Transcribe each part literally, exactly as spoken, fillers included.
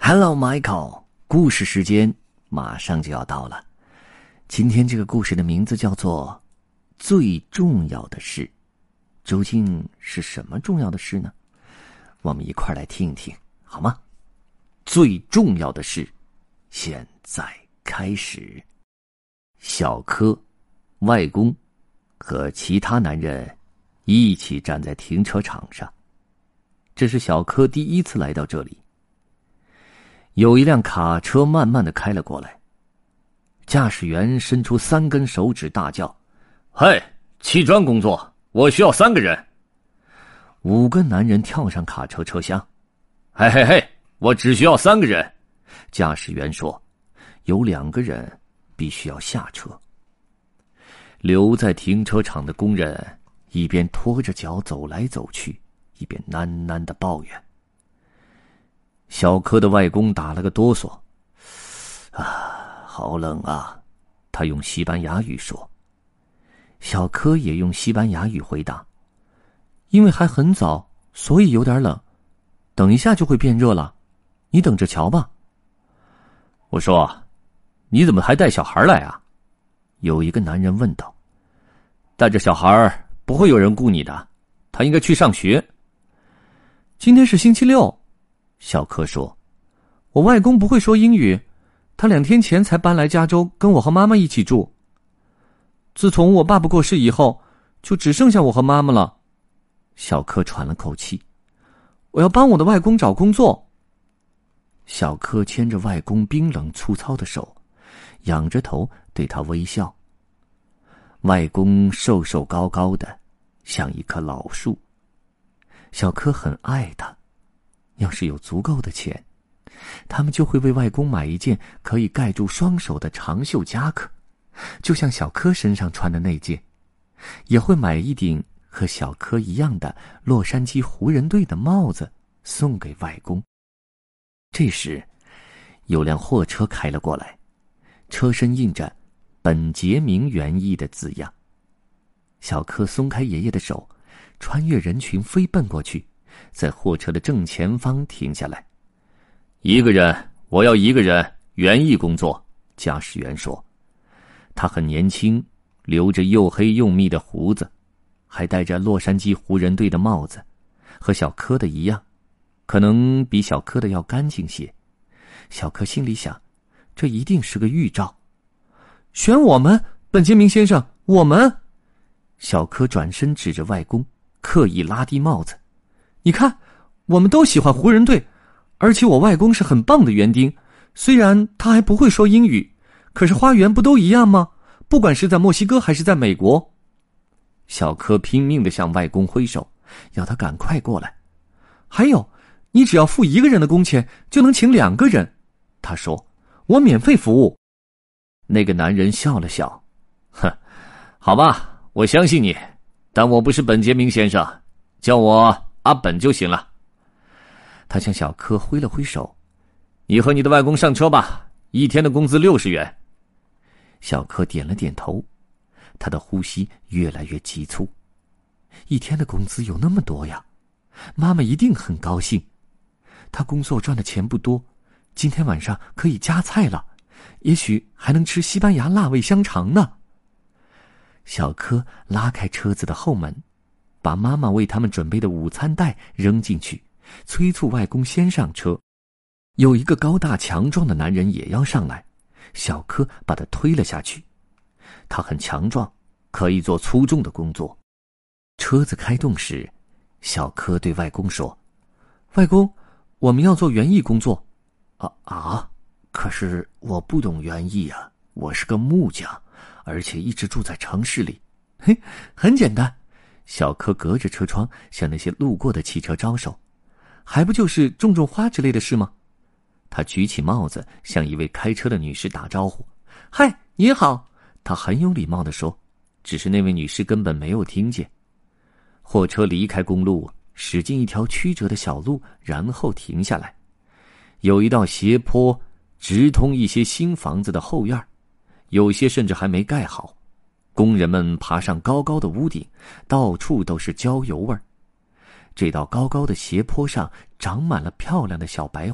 Hello Michael， 故事时间马上就要到了。今天这个故事的名字叫做最重要的事。究竟是什么重要的事呢？我们一块来听一听好吗？最重要的事现在开始。小柯、外公和其他男人一起站在停车场上。这是小柯第一次来到这里。有一辆卡车慢慢的开了过来，驾驶员伸出三根手指大叫：嘿，砌砖工作，我需要三个人。五个男人跳上卡车车厢。嘿嘿嘿，我只需要三个人。驾驶员说，有两个人必须要下车。留在停车场的工人一边拖着脚走来走去，一边喃喃地抱怨。小柯的外公打了个哆嗦。啊，好冷啊，他用西班牙语说。小柯也用西班牙语回答，因为还很早，所以有点冷，等一下就会变热了，你等着瞧吧。我说，你怎么还带小孩来啊？有一个男人问道。带着小孩不会有人顾你的，他应该去上学。今天是星期六，小柯说，我外公不会说英语，他两天前才搬来加州跟我和妈妈一起住。自从我爸爸过世以后，就只剩下我和妈妈了。小柯喘了口气，我要帮我的外公找工作。小柯牵着外公冰冷粗糙的手，仰着头对他微笑。外公瘦瘦高高的，像一棵老树。小柯很爱他，要是有足够的钱，他们就会为外公买一件可以盖住双手的长袖夹克，就像小柯身上穿的那件，也会买一顶和小柯一样的洛杉矶湖人队的帽子送给外公。这时，有辆货车开了过来，车身印着本杰明园艺的字样。小柯松开爷爷的手，穿越人群飞奔过去，在货车的正前方停下来。一个人，我要一个人，园艺工作，驾驶员说。他很年轻，留着又黑又密的胡子，还戴着洛杉矶湖人队的帽子，和小柯的一样，可能比小柯的要干净些。小柯心里想，这一定是个预兆。选我们，本杰明先生，我们。小柯转身指着外公，刻意拉低帽子。你看，我们都喜欢湖人队，而且我外公是很棒的园丁，虽然他还不会说英语，可是花园不都一样吗？不管是在墨西哥还是在美国。小柯拼命地向外公挥手，要他赶快过来。还有，你只要付一个人的工钱，就能请两个人。他说，我免费服务。那个男人笑了笑，哼，好吧，我相信你，但我不是本杰明先生，叫我阿本就行了。他向小柯挥了挥手，你和你的外公上车吧，一天的工资六十元。小柯点了点头，他的呼吸越来越急促。一天的工资有那么多呀，妈妈一定很高兴。他工作赚的钱不多，今天晚上可以加菜了，也许还能吃西班牙辣味香肠呢。小柯拉开车子的后门，把妈妈为他们准备的午餐袋扔进去，催促外公先上车。有一个高大强壮的男人也要上来，小柯把他推了下去。他很强壮，可以做粗重的工作。车子开动时，小柯对外公说，外公，我们要做园艺工作。啊啊，可是我不懂园艺啊，我是个木匠，而且一直住在城市里。嘿，很简单。小柯隔着车窗向那些路过的汽车招手，还不就是种种花之类的事吗？他举起帽子向一位开车的女士打招呼。嗨，你好。他很有礼貌地说，只是那位女士根本没有听见。货车离开公路，驶进一条曲折的小路，然后停下来。有一道斜坡直通一些新房子的后院，有些甚至还没盖好。工人们爬上高高的屋顶，到处都是焦油味儿。这道高高的斜坡上长满了漂亮的小白花，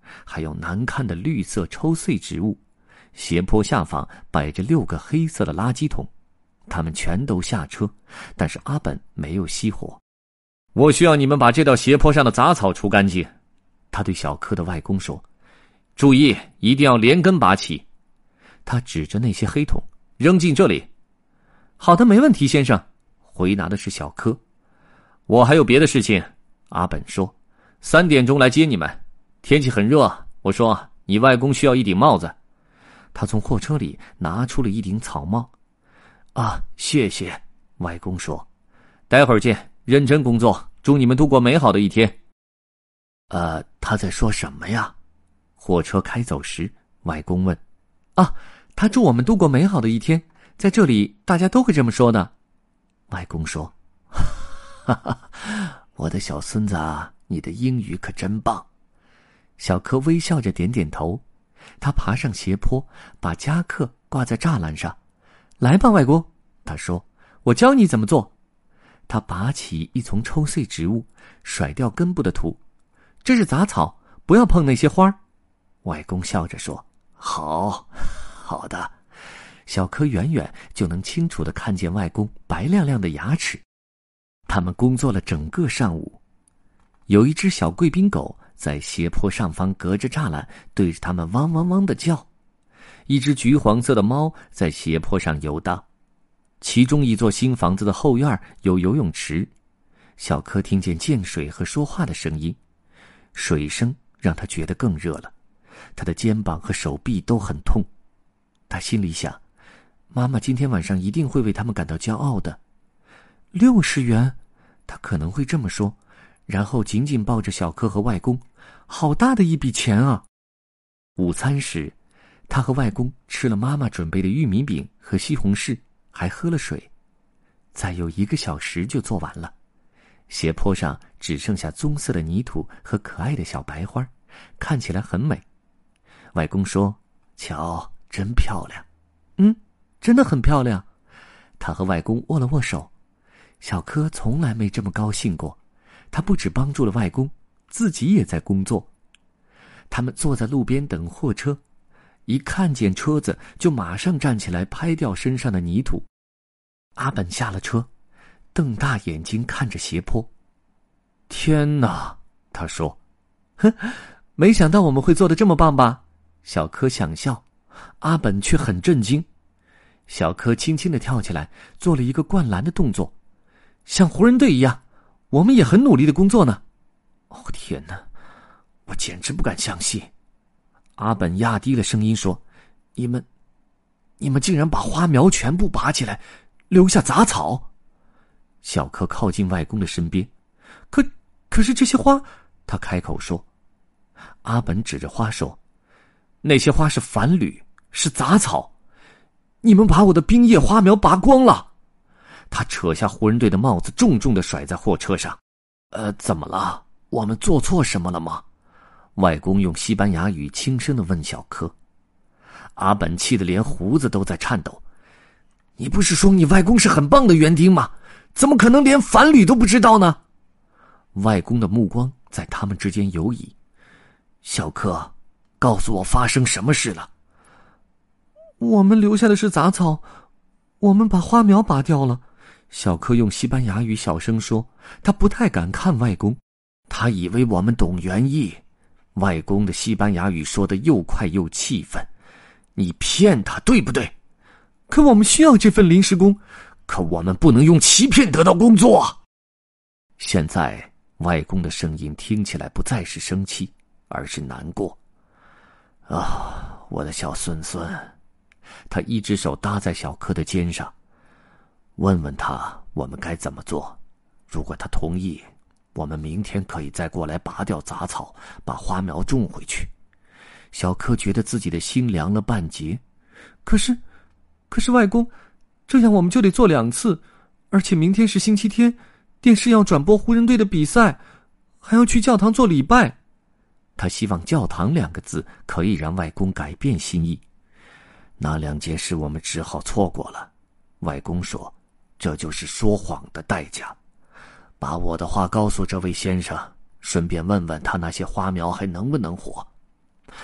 还有难看的绿色抽穗植物。斜坡下方摆着六个黑色的垃圾桶，他们全都下车，但是阿本没有熄火。我需要你们把这道斜坡上的杂草除干净，他对小柯的外公说。注意，一定要连根拔起。他指着那些黑桶，扔进这里。好的，没问题，先生。回答的是小柯。我还有别的事情，阿本说。三点钟来接你们。天气很热，我说你外公需要一顶帽子。他从货车里拿出了一顶草帽。啊，谢谢，外公说。待会儿见，认真工作，祝你们度过美好的一天。呃，他在说什么呀？火车开走时，外公问。啊，他祝我们度过美好的一天，在这里大家都会这么说的。外公说。哈哈，我的小孙子啊，你的英语可真棒。小柯微笑着点点头。他爬上斜坡，把夹克挂在栅栏上。来吧，外公，他说，我教你怎么做。他拔起一丛抽穗植物，甩掉根部的土。这是杂草，不要碰那些花。外公笑着说。好，好的。小柯远远就能清楚地看见外公白亮亮的牙齿。他们工作了整个上午。有一只小贵宾狗在斜坡上方隔着栅栏对着他们汪汪汪地叫。一只橘黄色的猫在斜坡上游荡。其中一座新房子的后院有游泳池。小柯听见溅水和说话的声音，水声让他觉得更热了。他的肩膀和手臂都很痛。他心里想，妈妈今天晚上一定会为他们感到骄傲的。六十元，他可能会这么说，然后紧紧抱着小柯和外公。好大的一笔钱啊！午餐时，他和外公吃了妈妈准备的玉米饼和西红柿，还喝了水。再有一个小时就做完了。斜坡上只剩下棕色的泥土和可爱的小白花，看起来很美。外公说，瞧，真漂亮。嗯，真的很漂亮。他和外公握了握手。小柯从来没这么高兴过。他不只帮助了外公，自己也在工作。他们坐在路边等货车，一看见车子就马上站起来拍掉身上的泥土。阿本下了车，瞪大眼睛看着斜坡。天哪，他说。哼，没想到我们会做得这么棒吧？小柯想笑，阿本却很震惊。小柯轻轻地跳起来，做了一个灌篮的动作，像湖人队一样。我们也很努力的工作呢。哦，天哪，我简直不敢相信。阿本压低了声音说，你们你们竟然把花苗全部拔起来，留下杂草。小柯靠近外公的身边。可可是这些花，他开口说。阿本指着花说，那些花是繁缕，是杂草，你们把我的冰叶花苗拔光了。他扯下湖人队的帽子，重重地甩在货车上。呃，怎么了？我们做错什么了吗？外公用西班牙语轻声地问小柯。阿本气得连胡子都在颤抖。你不是说你外公是很棒的园丁吗？怎么可能连繁缕都不知道呢？外公的目光在他们之间游移。小柯，告诉我发生什么事了？我们留下的是杂草，我们把花苗拔掉了。小柯用西班牙语小声说，他不太敢看外公。他以为我们懂园艺。外公的西班牙语说得又快又气愤。你骗他，对不对？可我们需要这份临时工。可我们不能用欺骗得到工作。现在外公的声音听起来不再是生气，而是难过。啊，我的小孙孙。他一只手搭在小柯的肩上。问问他我们该怎么做，如果他同意，我们明天可以再过来拔掉杂草，把花苗种回去。小柯觉得自己的心凉了半截。可是可是外公，这样我们就得做两次，而且明天是星期天，电视要转播湖人队的比赛，还要去教堂做礼拜。他希望教堂两个字可以让外公改变心意。那两件事我们只好错过了。外公说，这就是说谎的代价。把我的话告诉这位先生，顺便问问他那些花苗还能不能活。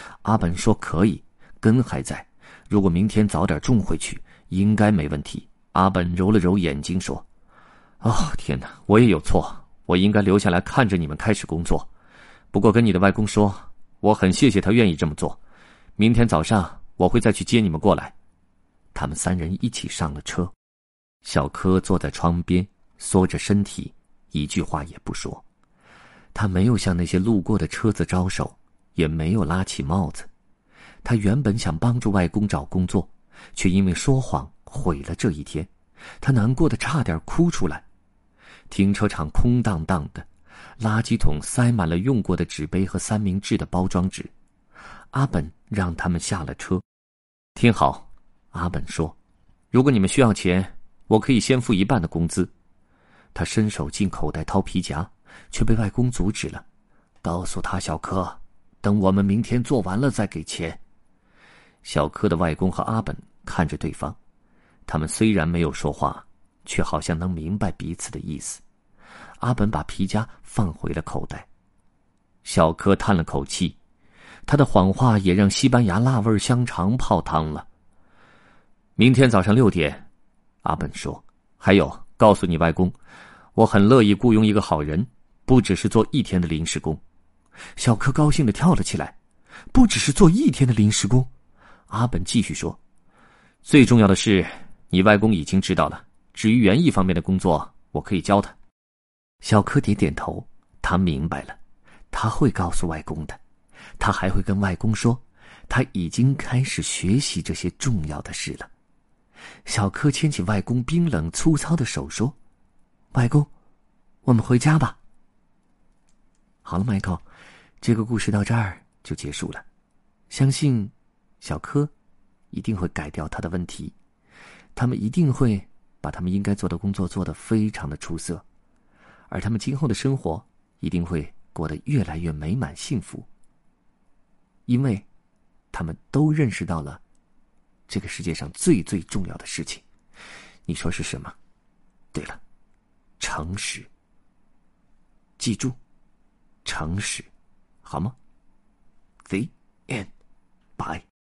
阿本说可以，根还在，如果明天早点种回去，应该没问题。阿本揉了揉眼睛说：哦，天哪，我也有错，我应该留下来看着你们开始工作。不过跟你的外公说，我很谢谢他愿意这么做。明天早上我会再去接你们过来。他们三人一起上了车。小柯坐在窗边，缩着身体，一句话也不说。他没有向那些路过的车子招手，也没有拉起帽子。他原本想帮助外公找工作，却因为说谎毁了这一天。他难过的差点哭出来。停车场空荡荡的，垃圾桶塞满了用过的纸杯和三明治的包装纸。阿本让他们下了车。听好，阿本说，如果你们需要钱，我可以先付一半的工资。他伸手进口袋掏皮夹，却被外公阻止了。告诉他，小柯，等我们明天做完了再给钱。小柯的外公和阿本看着对方，他们虽然没有说话，却好像能明白彼此的意思。阿本把皮夹放回了口袋。小柯叹了口气，他的谎话也让西班牙辣味香肠泡汤了。明天早上六点，阿本说，还有，告诉你外公，我很乐意雇佣一个好人，不只是做一天的临时工。小柯高兴地跳了起来，不只是做一天的临时工。阿本继续说，最重要的是，你外公已经知道了，至于园艺方面的工作，我可以教他。小柯点点头，他明白了，他会告诉外公的。他还会跟外公说，他已经开始学习这些重要的事了。小柯牵起外公冰冷粗糙的手说，外公，我们回家吧。好了，迈克，这个故事到这儿就结束了。相信小柯一定会改掉他的问题，他们一定会把他们应该做的工作做得非常的出色，而他们今后的生活一定会过得越来越美满幸福，因为他们都认识到了这个世界上最最重要的事情。你说是什么？对了，诚实。记住，诚实，好吗？ The end. Bye.